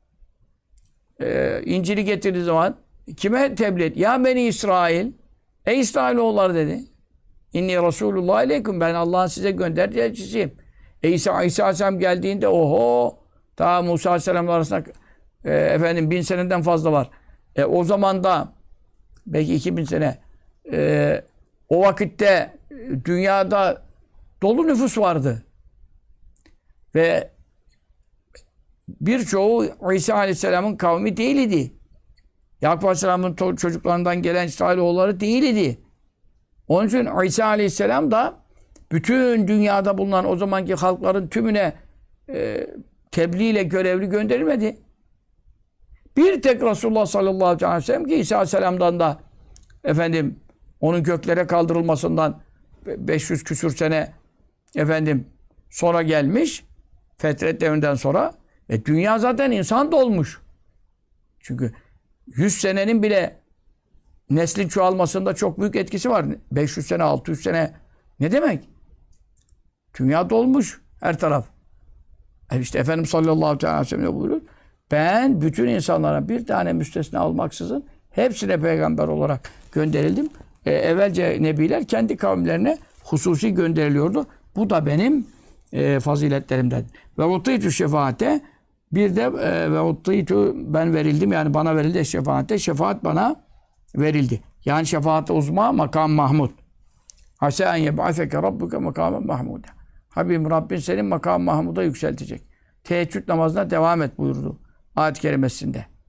e, İncil'i getirdiği zaman kime tebliğ etti? Ya Beni İsrail, ey İsrailoğulları dedi. İnni Resulullah aleyküm, ben Allah'ın size gönderdiği elçisiyim. E İsa, İsa Aleyhisselam geldiğinde oho, ta Musa Aleyhisselam'la arasında e, efendim bin seneden fazla var. E, o zaman da belki iki bin sene e, o vakitte dünyada dolu nüfus vardı. Ve birçoğu İsa Aleyhisselam'ın kavmi değildi. Yakup Aleyhisselam'ın çocuklarından gelen İsrailoğulları değildi. Onun için İsa Aleyhisselam da bütün dünyada bulunan o zamanki halkların tümüne e, tebliğ ile görevli gönderilmedi. Bir tek Resulullah sallallahu aleyhi ve sellem ki İsa Aleyhisselam'dan da efendim onun göklere kaldırılmasından beş yüz küsür sene efendim sonra gelmiş. Fetret devrinden sonra. E, dünya zaten insan dolmuş. Çünkü yüz senenin bile neslin çoğalmasında çok büyük etkisi var. beş yüz sene, altı yüz sene ne demek? Dünya dolmuş her taraf. E işte Efendimiz sallallahu aleyhi ve sellem buyuruyor. Ben bütün insanlara bir tane müstesna olmaksızın hepsine peygamber olarak gönderildim. E, evvelce nebiler kendi kavimlerine hususi gönderiliyordu. Bu da benim e, faziletlerimden. Ve utîtü şefaate, bir de e, ve utîtü, ben verildim, yani bana verildi şefaate. Şefaat bana verildi. Yani şefaat uzma, makam Mahmud. Asa en yeb'aseke rabbuke makamen Mahmud'a. Habibim Rabbin senin makam Mahmud'a yükseltecek. Teheccüd namazına devam et buyurdu ayet-i kerimesinde.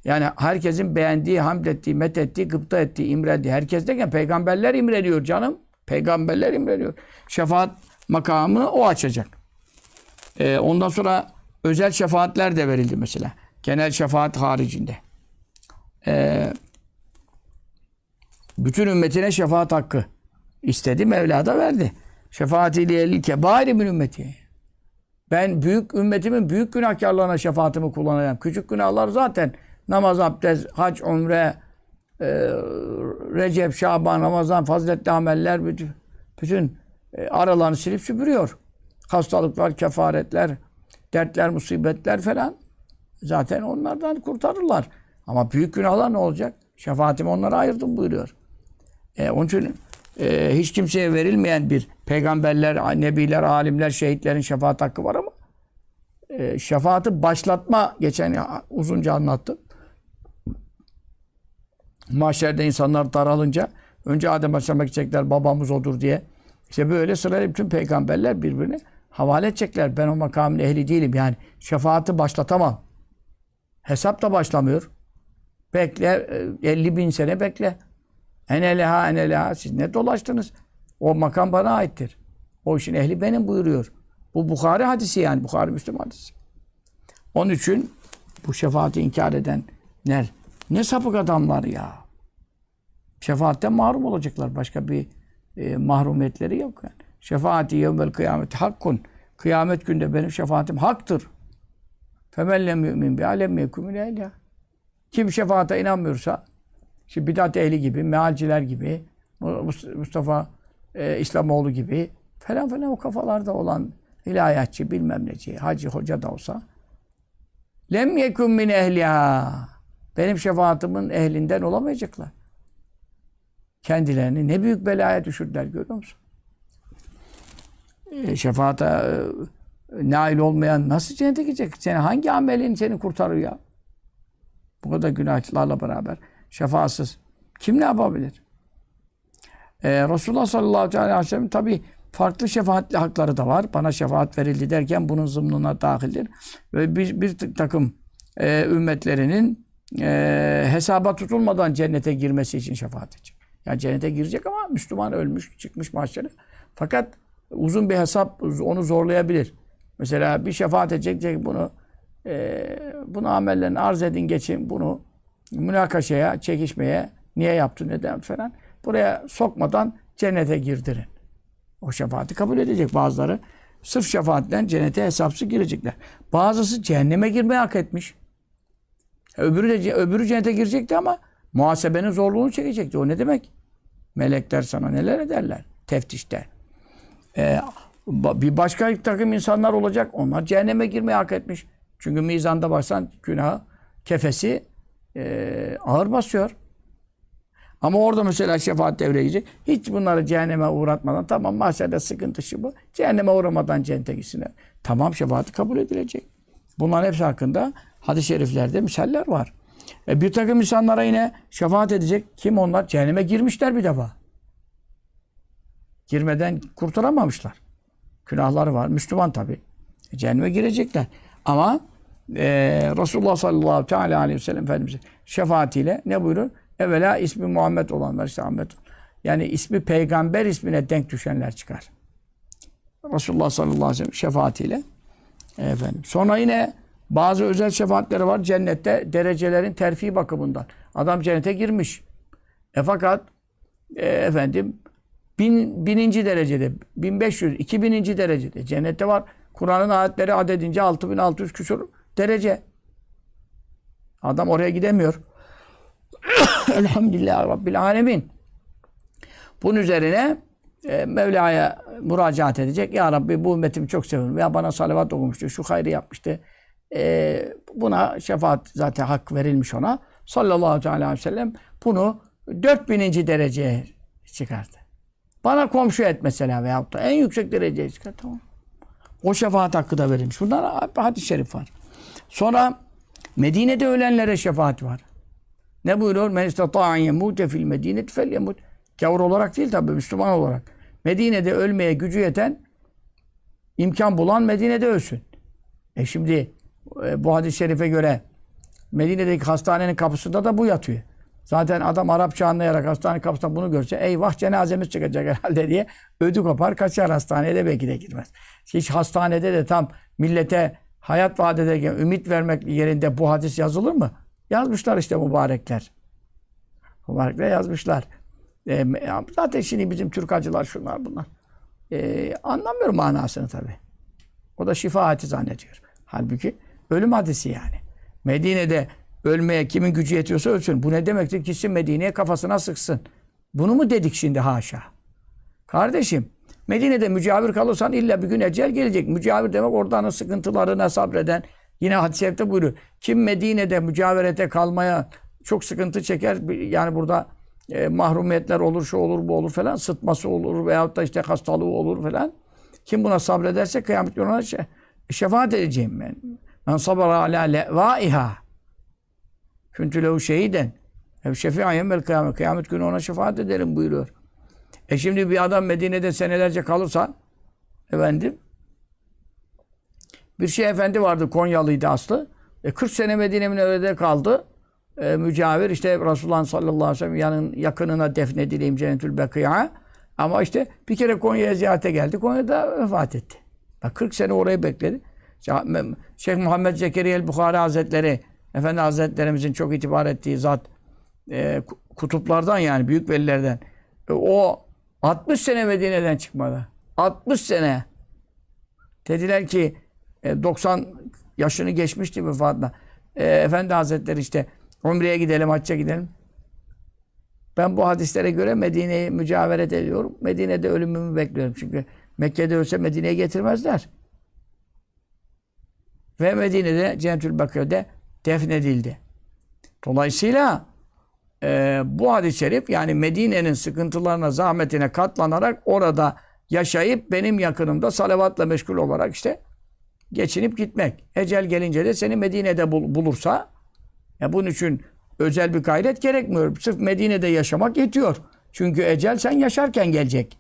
Yani herkesin beğendiği, hamd ettiği, met ettiği, gıpta ettiği, imrendiği. Herkes derken peygamberler imreniyor canım. Peygamberler imreniyor. Şefaat makamını o açacak. Ee, ondan sonra özel şefaatler de verildi mesela. Genel şefaat haricinde. Ee, bütün ümmetine şefaat hakkı istedi. Mevla da verdi. Şefaatiyle elil kebairi min ümmeti. Ben büyük ümmetimin büyük günahkarlarına şefaatimi kullanacağım. Küçük günahlar zaten namaz, abdest, hac, umre, e, Recep, Şaban, Ramazan, faziletli ameller bütün, bütün e, aralarını silip süpürüyor. Hastalıklar, kefaretler, dertler, musibetler falan zaten onlardan kurtarırlar. Ama büyük günahlar ne olacak? Şefaatimi onlara ayırdım buyuruyor. E, onun için e, hiç kimseye verilmeyen bir peygamberler, nebiler, alimler, şehitlerin şefaat hakkı var ama e, şefaati başlatma geçen ya, uzunca anlattım. Mahşerde insanlar daralınca önce Adem Aleyhisselam'a gidecekler babamız odur diye. İşte böyle sırayla bütün peygamberler birbirini havale edecekler. Ben o makamın ehli değilim. Yani şefaati başlatamam. Hesap da başlamıyor. Bekle, elli bin sene bekle. Eneleha eneleha. Siz ne dolaştınız? O makam bana aittir. O işin ehli benim buyuruyor. Bu Bukhari hadisi yani. Bukhari Müslüm hadisi. Onun için bu şefaati inkar edenler ne sapık adamlar ya. Şefaatten mahrum olacaklar. Başka bir e, mahrumiyetleri yok yani. Şefaati yevmel kıyameti hakkun. Kıyamet günde benim şefaatim haktır. Femelle mümin bi alem yekumün ehlâ. Kim şefaate inanmıyorsa, şimdi bidat ehli gibi, mealciler gibi, Mustafa e, İslamoğlu gibi falan falan o kafalarda olan ilahiyatçı, bilmem neci, hacı, hoca da olsa lem yekun min ehlâ. Benim şefaatimin ehlinden olamayacaklar. Kendilerini ne büyük belaya düşürdüler görüyor musun? E, şefaate e, nail olmayan nasıl cennete gidecek? Senin hangi amelin seni kurtarır ya? Bu kadar günahlarla beraber şefaatsız kim ne yapabilir? Ee, Resulullah sallallahu aleyhi ve sellem tabi farklı şefaatli hakları da var. Bana şefaat verildi derken bunun zımnına dahildir. Ve bir, bir takım e, ümmetlerinin e, hesaba tutulmadan cennete girmesi için şefaat edecek. Yani cennete girecek ama Müslüman ölmüş, çıkmış mahşere. Fakat uzun bir hesap onu zorlayabilir. Mesela bir şefaat edecek bunu e, bunu amellerini arz edin geçin bunu münakaşaya, çekişmeye niye yaptı, neden falan buraya sokmadan cennete girdirin. O şefaati kabul edecek bazıları. Sırf şefaatle cennete hesapsız girecekler. Bazısı cehenneme girmeyi hak etmiş. Öbürü de öbürü cennete girecekti ama muhasebenin zorluğunu çekecekti. O ne demek? Melekler sana neler ederler teftişte. Ee, bir başka takım insanlar olacak. Onlar cehenneme girmeyi hak etmiş. Çünkü mizanda baksan günah kefesi e, ağır basıyor. Ama orada mesela şefaat devreye girecek. Hiç bunları cehenneme uğratmadan tamam mahşerde sıkıntı şu bu. Cehenneme uğramadan cennete gitsinler. Tamam şefaati kabul edilecek. Bunların hepsi hakkında hadis-i şeriflerde misaller var. E, bir takım insanlara yine şefaat edecek. Kim onlar? Cehenneme girmişler bir defa. Girmeden kurtaramamışlar. Günahları var. Müslüman tabi. E, cehenneme girecekler. Ama e, Resulullah sallallahu aleyhi ve sellem Efendimiz'in şefaatiyle ne buyurur? Evvela ismi Muhammed olanlar işte Ahmet. Yani ismi peygamber ismine denk düşenler çıkar. Resulullah sallallahu aleyhi ve sellem şefaatiyle. Efendim. Sonra yine bazı özel şefaatleri var cennette derecelerin terfi bakımından. Adam cennete girmiş. E fakat e, efendim bin, bininci derecede, bin beş yüz, iki bininci derecede cennette var. Kur'an'ın ayetleri adedince altı bin altı yüz küsur derece. Adam oraya gidemiyor. Elhamdülillah Rabbil Alemin. Bunun üzerine e, Mevla'ya müracaat edecek. Ya Rabbi bu ümmetimi çok seviyorum. Ya bana salavat okumuştu. Şu hayrı yapmıştı. E, buna şefaat zaten hak verilmiş ona. Sallallahu aleyhi ve sellem bunu dört bininci dereceye çıkardı. Bana komşu et mesela veyahut da en yüksek dereceye çıkar. Tamam. O şefaat hakkı da verilmiş. Bunlar hadis-i şerif var. Sonra Medine'de ölenlere şefaat var. Ne buyuruyor? Men istata'en yemute fil medineti fel yemut. Gavur olarak değil tabi Müslüman olarak. Medine'de ölmeye gücü yeten imkan bulan Medine'de ölsün. E şimdi e, bu hadis-i şerife göre Medine'deki hastanenin kapısında da bu yatıyor. Zaten adam Arapça anlayarak hastane kapısında bunu görse eyvah cenazemiz çıkacak herhalde diye ödü kopar kaçar, hastaneye de belki de girmez. Hiç hastanede de tam millete hayat vaat ederken ümit vermek yerinde bu hadis yazılır mı? Yazmışlar işte mübarekler. Mübarekler yazmışlar. E, zaten şimdi bizim Türk hacılar şunlar bunlar. E, anlamıyorum manasını tabii. O da şifaati zannediyor. Halbuki ölüm hadisi yani. Medine'de ölmeye kimin gücü yetiyorsa ölsün. Bu ne demektir? Gitsin Medine'ye kafasına sıksın. Bunu mu dedik şimdi haşa? Kardeşim, Medine'de mücavir kalırsan illa bir gün ecel gelecek. Mücavir demek oradanın sıkıntılarına sabreden. Yine hadis-i şerifte buyuruyor. Kim Medine'de mücaverete kalmaya çok sıkıntı çeker, yani burada e, mahrumiyetler olur, şu olur, bu olur falan, sıtması olur veyahut da işte hastalığı olur falan. Kim buna sabrederse kıyamet günü ona şefaat edeceğim ben. Men sabara ala levaiha küntü lehu şehiden ev şefi'a yemmel kıyamet. Kıyamet günü ona şefaat ederim buyuruyor. E şimdi bir adam Medine'de senelerce kalırsa efendim bir şey efendi vardı, Konyalıydı aslı. E kırk sene Medine Münevvere'de kaldı. E, mücavir işte Resulullah sallallahu aleyhi ve sellem yanın, yakınına defnedileyim Cennetül Bekî'a. Ama işte bir kere Konya'ya ziyarete geldi. Konya'da vefat etti. Bak kırk sene orayı bekledi. Şeyh Muhammed Zekeriya el-Bukhari Hazretleri, Efendi Hazretlerimizin çok itibar ettiği zat, e, kutuplardan yani büyük velilerden. E, o altmış sene Medine'den çıkmadı. altmış sene. Dediler ki e, doksan yaşını geçmişti vefatına. E, Efendi Hazretleri işte Umre'ye gidelim, hacca gidelim. Ben bu hadislere göre Medine'yi mücaveret ediyorum. Medine'de ölümümü bekliyorum. Çünkü Mekke'de ölse Medine'ye getirmezler. Ve Medine'de Cennetül Bekî'de defnedildi. Dolayısıyla e, bu hadis-i şerif yani Medine'nin sıkıntılarına, zahmetine katlanarak orada yaşayıp benim yakınımda salavatla meşgul olarak işte geçinip gitmek. Ecel gelince de seni Medine'de bul bulursa ya bunun için özel bir gayret gerekmiyor. Sırf Medine'de yaşamak yetiyor. Çünkü ecel sen yaşarken gelecek.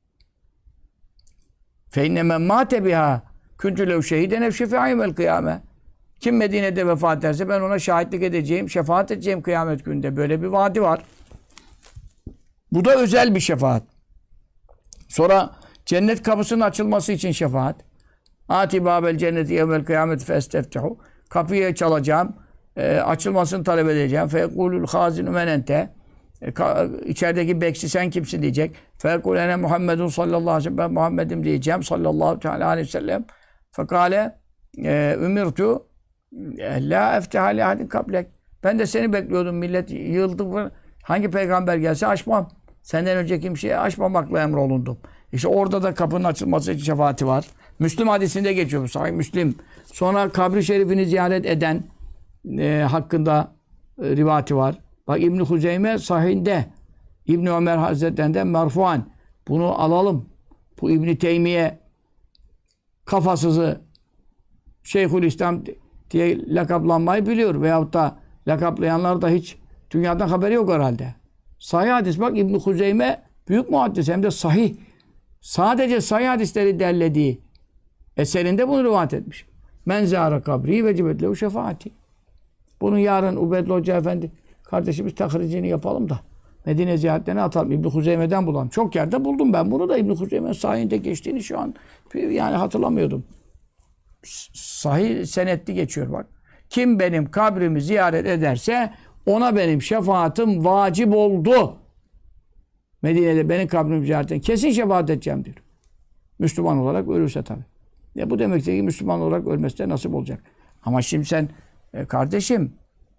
فَاِنَّ مَنْ مَاتَ بِهَا كُنْتُ لَوْ شَهِدًا اَوْ شَفِعًا يَوْمَ الْقِيَامَةِ. Kim Medine'de vefat ederse ben ona şahitlik edeceğim, şefaat edeceğim kıyamet gününde. Böyle bir vaadi var. Bu da özel bir şefaat. Sonra cennet kapısının açılması için şefaat. Ati babel cenneti yevmel kıyameti festeftehu. Kapıyı çalacağım. E, açılmasını talep edeceğim. Fekulul hazinu men ente. E, içerideki bekçi sen kimsin diyecek. Fekul ene Muhammedun sallallahu aleyhi ve sellem. Ben Muhammed'im diyeceğim sallallahu aleyhi ve sellem. Fekale ümirtu la efteha li ahadin kablek. Ben de seni bekliyordum. Millet yığıldı. Hangi peygamber gelse açmam. Senden önce kimseye açmamakla emrolundum. İşte orada da kapının açılması için şefaati var. Müslüm hadisinde geçiyor bu. Sahih Müslim. Sonra kabri şerifini ziyaret eden e, hakkında e, rivati var. Bak İbn-i Huzeyme sahihinde İbn Ömer Hazretlerinden merfuan. Bunu alalım. Bu İbn Teymiye kafasızı Şeyhülislam diye lakaplanmayı biliyor. Veyahut da lakaplayanlar da hiç dünyadan haberi yok herhalde. Sahih hadis bak İbn Huzeyme büyük muhaddis hem de sahih. Sadece sahih hadisleri derlediği eserinde bunu rivayet etmiş. Men zâre kabri vecibet lehu şefaati. Bunu yarın Ubeydullah Hoca Efendi kardeşimiz tahricini yapalım da Medine ziyaretlerine atalım. İbn Huzeyme'den bulalım. Çok yerde buldum ben bunu da İbn Huzeyme'nin sahihinde geçtiğini şu an yani hatırlamıyordum. Sahih senetli geçiyor bak. Kim benim kabrimi ziyaret ederse ona benim şefaatim vacip oldu. Medine'de benim kabrimi ziyaret eden kesin şefaat edeceğim diyor. Müslüman olarak ölürse tabii. Ya bu demek ki Müslüman olarak ölmesi de nasip olacak. Ama şimdi sen e, kardeşim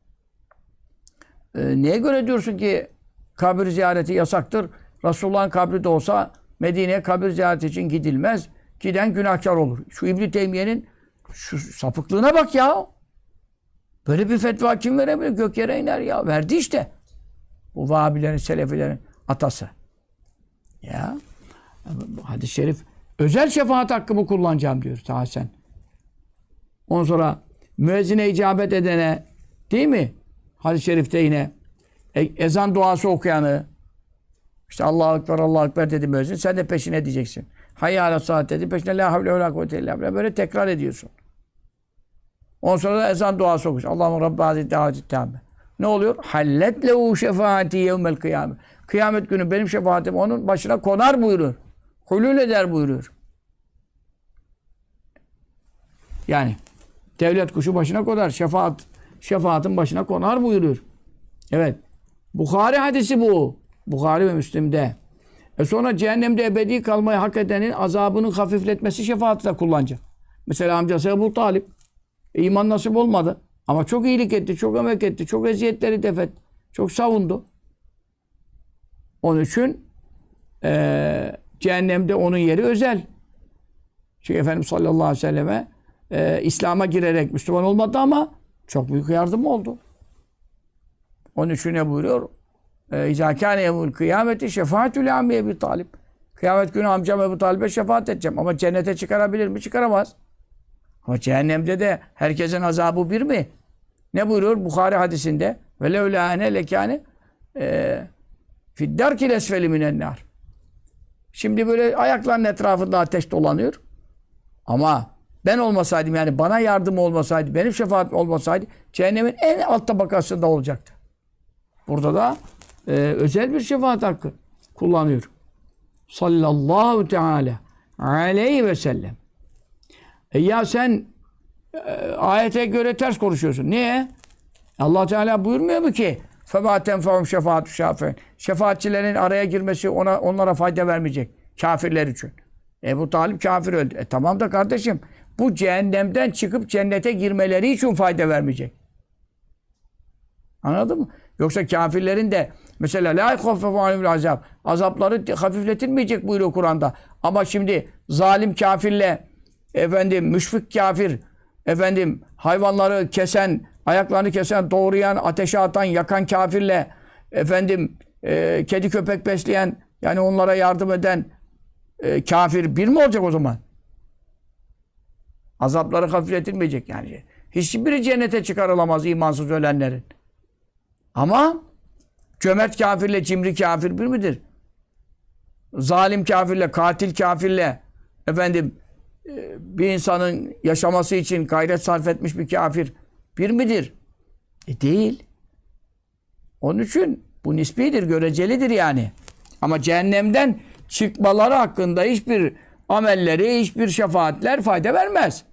e, neye göre diyorsun ki kabir ziyareti yasaktır? Resulullah'ın kabri de olsa Medine'ye kabir ziyareti için gidilmez. Giden günahkar olur. Şu İbn Teymiye'nin şu sapıklığına bak ya. Böyle bir fetva kim verebilir? Gök yere iner ya. Verdi işte. Bu Vahabilerin, Selefilerin atası. Ya. Hadis-i şerif özel şefaat hakkımı kullanacağım diyor ta sen. Ondan sonra müezzine icabet edene değil mi? Hadis-i şerifte yine e, ezan duası okuyanı işte Allahu Ekber, Allahu Ekber dedi müezzin. Sen de peşine diyeceksin. Hayya ala saat dedi. Peşine la havle ve la kuvvete illa billah. Böyle tekrar ediyorsun. Ondan sonra da ezan duası okuş. Allahümme Rabbi hazret davati tamme. Ne oluyor? Hallet lehu şefaati yevmel kıyamet. Kıyamet günü benim şefaatim onun başına konar buyurur. Hulul eder buyurur. Yani devlet kuşu başına konar. Şefaat, şefaatin başına konar buyurur. Evet. Bukhari hadisi bu. Bukhari ve Müslim'de. E sonra cehennemde ebedi kalmayı hak edenin azabının hafifletmesi şefaati de kullanacak. Mesela amcası Ebu Talip. E, iman nasip olmadı. Ama çok iyilik etti, çok emek etti, çok eziyetleri def etti. Çok savundu. Onun için e, cehennemde onun yeri özel. Çünkü Efendimiz sallallahu aleyhi ve selleme e, İslam'a girerek Müslüman olmadı ama çok büyük yardım oldu. Onun için ne buyuruyor? İzâ kâne yevmül kıyameti şefaatül ammi Ebu Talib. Kıyamet günü amcam Ebu Talib'e şefaat edeceğim. Ama cennete çıkarabilir mi? Çıkaramaz. Ama cehennemde de herkesin azabı bir mi? Ne buyuruyor Bukhari hadisinde? Ve levlâne lekâne fiddârkil esfeli minennâr. Şimdi böyle ayaklarının etrafında ateş dolanıyor. Ama ben olmasaydım, yani bana yardım olmasaydı, benim şefaatim olmasaydı cehennemin en alt tabakasında olacaktı. Burada da e, özel bir şefaat hakkı kullanıyor. Sallallahu teala aleyhi ve sellem. E ya sen e, ayete göre ters konuşuyorsun. Niye? Allah Teala buyurmuyor mu ki فَمَا تَنْفَعُمْ شَفَاعَةُ شَافِعِينَ Şefaatçilerin araya girmesi ona onlara fayda vermeyecek. Kafirler için. Ebu Talip kafir öldü. E tamam da kardeşim, bu cehennemden çıkıp cennete girmeleri için fayda vermeyecek. Anladın mı? Yoksa kafirlerin de mesela la yahaffafu anhumul azab. Azapları hafifletilmeyecek buyuruyor Kur'an'da. Ama şimdi zalim kafirle efendim müşfik kafir, efendim hayvanları kesen, ayaklarını kesen, doğrayan, ateşe atan, yakan kafirle efendim e, kedi köpek besleyen, yani onlara yardım eden e, kafir bir mi olacak o zaman? Azapları hafifletilmeyecek yani. Hiçbiri cennete çıkarılamaz imansız ölenlerin. Ama cömert kafirle cimri kafir bir midir? Zalim kafirle, katil kafirle efendim bir insanın yaşaması için gayret sarf etmiş bir kafir bir midir? E değil. Onun için bu nisbidir, görecelidir yani. Ama cehennemden çıkmaları hakkında hiçbir amelleri, hiçbir şefaatler fayda vermez.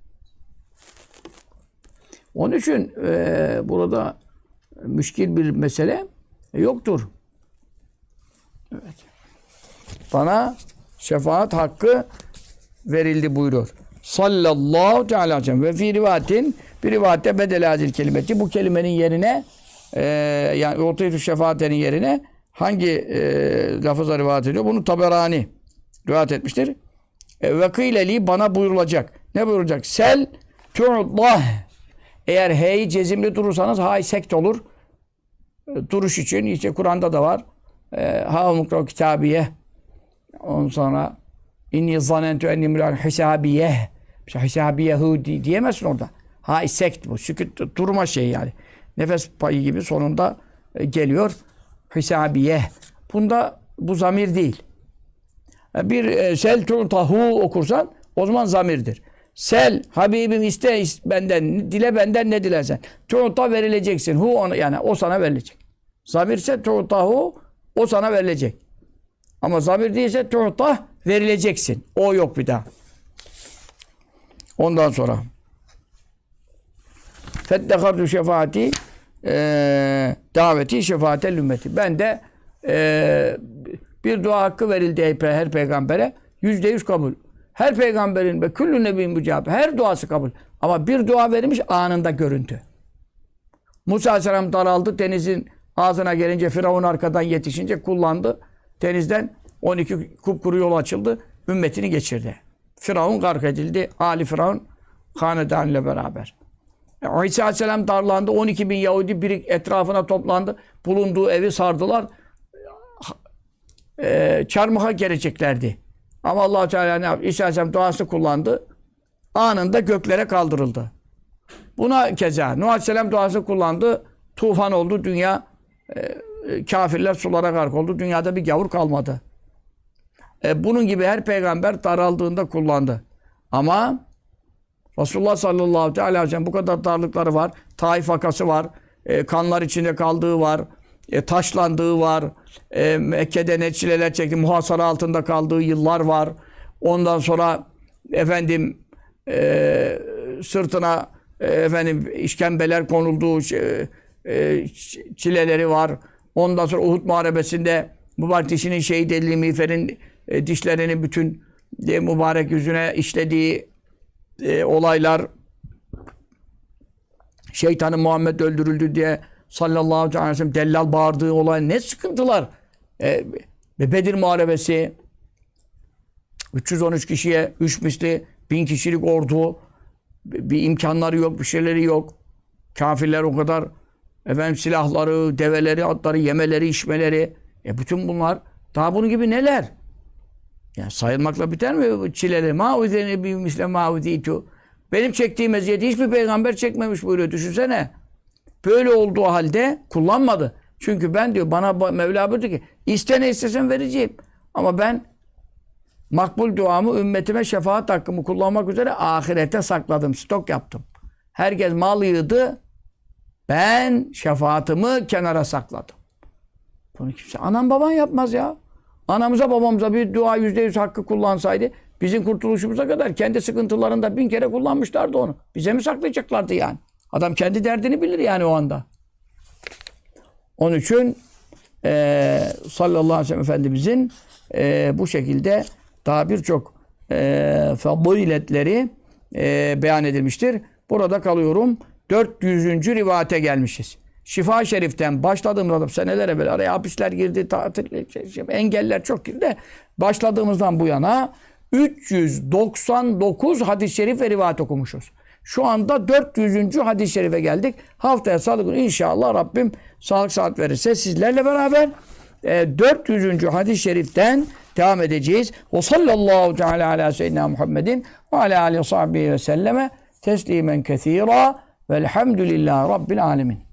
Onun için e, burada müşkil bir mesele yoktur. Evet. Bana şefaat hakkı verildi buyuruyor. Sallallahu teala aleyhi ve sellem. Ve fi rivayetin, bir rivayette bedel azil kelimeti, bu kelimenin yerine e, yani ortayı şefaatenin yerine hangi e, lafıza rivayet ediyor? Bunu Taberani rivayet etmiştir. E, ve kıyleli, bana buyurulacak. Ne buyurulacak? Sel tu'dah. Eğer h'yi cezimli durursanız ha'yı sekt olur. E, duruş için işte Kur'an'da da var. E, ha mukra kitabiye. Ondan sonra inni zanentu enni mülâl hisabiye. Hisabiyehu diyemezsin orada. Ha sekt bu. Sükut durma şeyi yani. Nefes payı gibi sonunda e, geliyor. Hisabiye. Bunda bu zamir değil. E, bir e, sel tu'tahu okursan o zaman zamirdir. Sel, Habibim iste benden, dile benden ne dilersen. Tu'ta verileceksin. Hu ona, yani o sana verilecek. Zamirse tu'tahu, o sana verilecek. Ama zamir değilse tu'ta verileceksin. O yok bir daha. Ondan sonra feddekartu şefaati e, daveti şefaatel ümmeti. Ben de e, bir dua hakkı verildi her peygambere. Yüzde yüz kabul. Her peygamberin ve küllü nebiyyin mücab. Her duası kabul. Ama bir dua verilmiş anında görüntü. Musa Aleyhisselam daraldı. Denizin ağzına gelince Firavun arkadan yetişince kullandı. Denizden on iki kupkuru yol açıldı. Ümmetini geçirdi. Firavun gark edildi. Ali Firavun hanedanıyla beraber. E, İsa Aleyhisselam darlandı. on iki bin Yahudi bir etrafına toplandı. Bulunduğu evi sardılar. E, çarmıha geleceklerdi. Ama Allah Teala ne yaptı? İsa Aleyhisselam duasını kullandı. Anında göklere kaldırıldı. Buna keza Nuh Aleyhisselam duasını kullandı. Tufan oldu. Dünya e, kafirler sulara gark oldu. Dünyada bir gavur kalmadı. E, bunun gibi her peygamber daraldığında kullandı. Ama Resulullah sallallahu teala aleyhi ve sellem bu kadar darlıkları var. Taif vakası var. E, kanlar içinde kaldığı var. E, taşlandığı var. E, Mekke'de ne çileler çekti. Muhasara altında kaldığı yıllar var. Ondan sonra efendim e, sırtına e, efendim işkembeler konulduğu e, e, çileleri var. Ondan sonra Uhud Muharebesi'nde mübarek dişinin şehit edildiği miğferin e, dişlerinin bütün e, mübarek yüzüne işlediği e, olaylar, şeytanın Muhammed öldürüldü diye sallallahu aleyhi ve sellem dellal bağırdığı olay, ne sıkıntılar. E, Bedir Muharebesi, üç yüz on üç kişiye üç misli bin kişilik ordu, bir imkanları yok, bir şeyleri yok. Kafirler o kadar efendim silahları, develeri, atları, yemeleri, içmeleri. E bütün bunlar, daha bunun gibi neler? Yani sayılmakla biter mi bu çileleri? Ma'udeni bi misle ma'uditu. Benim çektiğim eziyeti hiçbir peygamber çekmemiş buyuruyor. Düşünsene. Böyle olduğu halde kullanmadı. Çünkü ben diyor, bana Mevla buyurdu ki iste ne istesen vereceğim. Ama ben makbul duamı, ümmetime şefaat hakkımı kullanmak üzere ahirete sakladım, stok yaptım. Herkes mal yığdı. Ben şefaatimi kenara sakladım. Bunu kimse, anan baban yapmaz ya. Anamıza babamıza bir dua yüzde yüz hakkı kullansaydı, bizim kurtuluşumuza kadar kendi sıkıntılarında bin kere kullanmışlardı onu. Bize mi saklayacaklardı yani? Adam kendi derdini bilir yani o anda. Onun için e, sallallahu aleyhi ve sellem Efendimizin e, bu şekilde daha birçok e, faziletleri e, beyan edilmiştir. Burada kalıyorum. dört yüzüncü rivayete gelmişiz. Şifa-i Şerif'ten başladığımızda seneler evvel araya hapisler girdi, tatil, engeller çok girdi. Başladığımızdan bu yana üç yüz doksan dokuz hadis-i şerif ve rivayet okumuşuz. Şu anda dört yüzüncü hadis-i şerife geldik. Haftaya salı günü inşallah Rabbim sağlık saat verirse sizlerle beraber e, dört yüzüncü hadis-i şeriften devam edeceğiz. Ve sallallahu teala ala seyyidina Muhammedin ve ala alihi ve sahbihi ve selleme teslimen kethira velhamdülillahi rabbil alemin.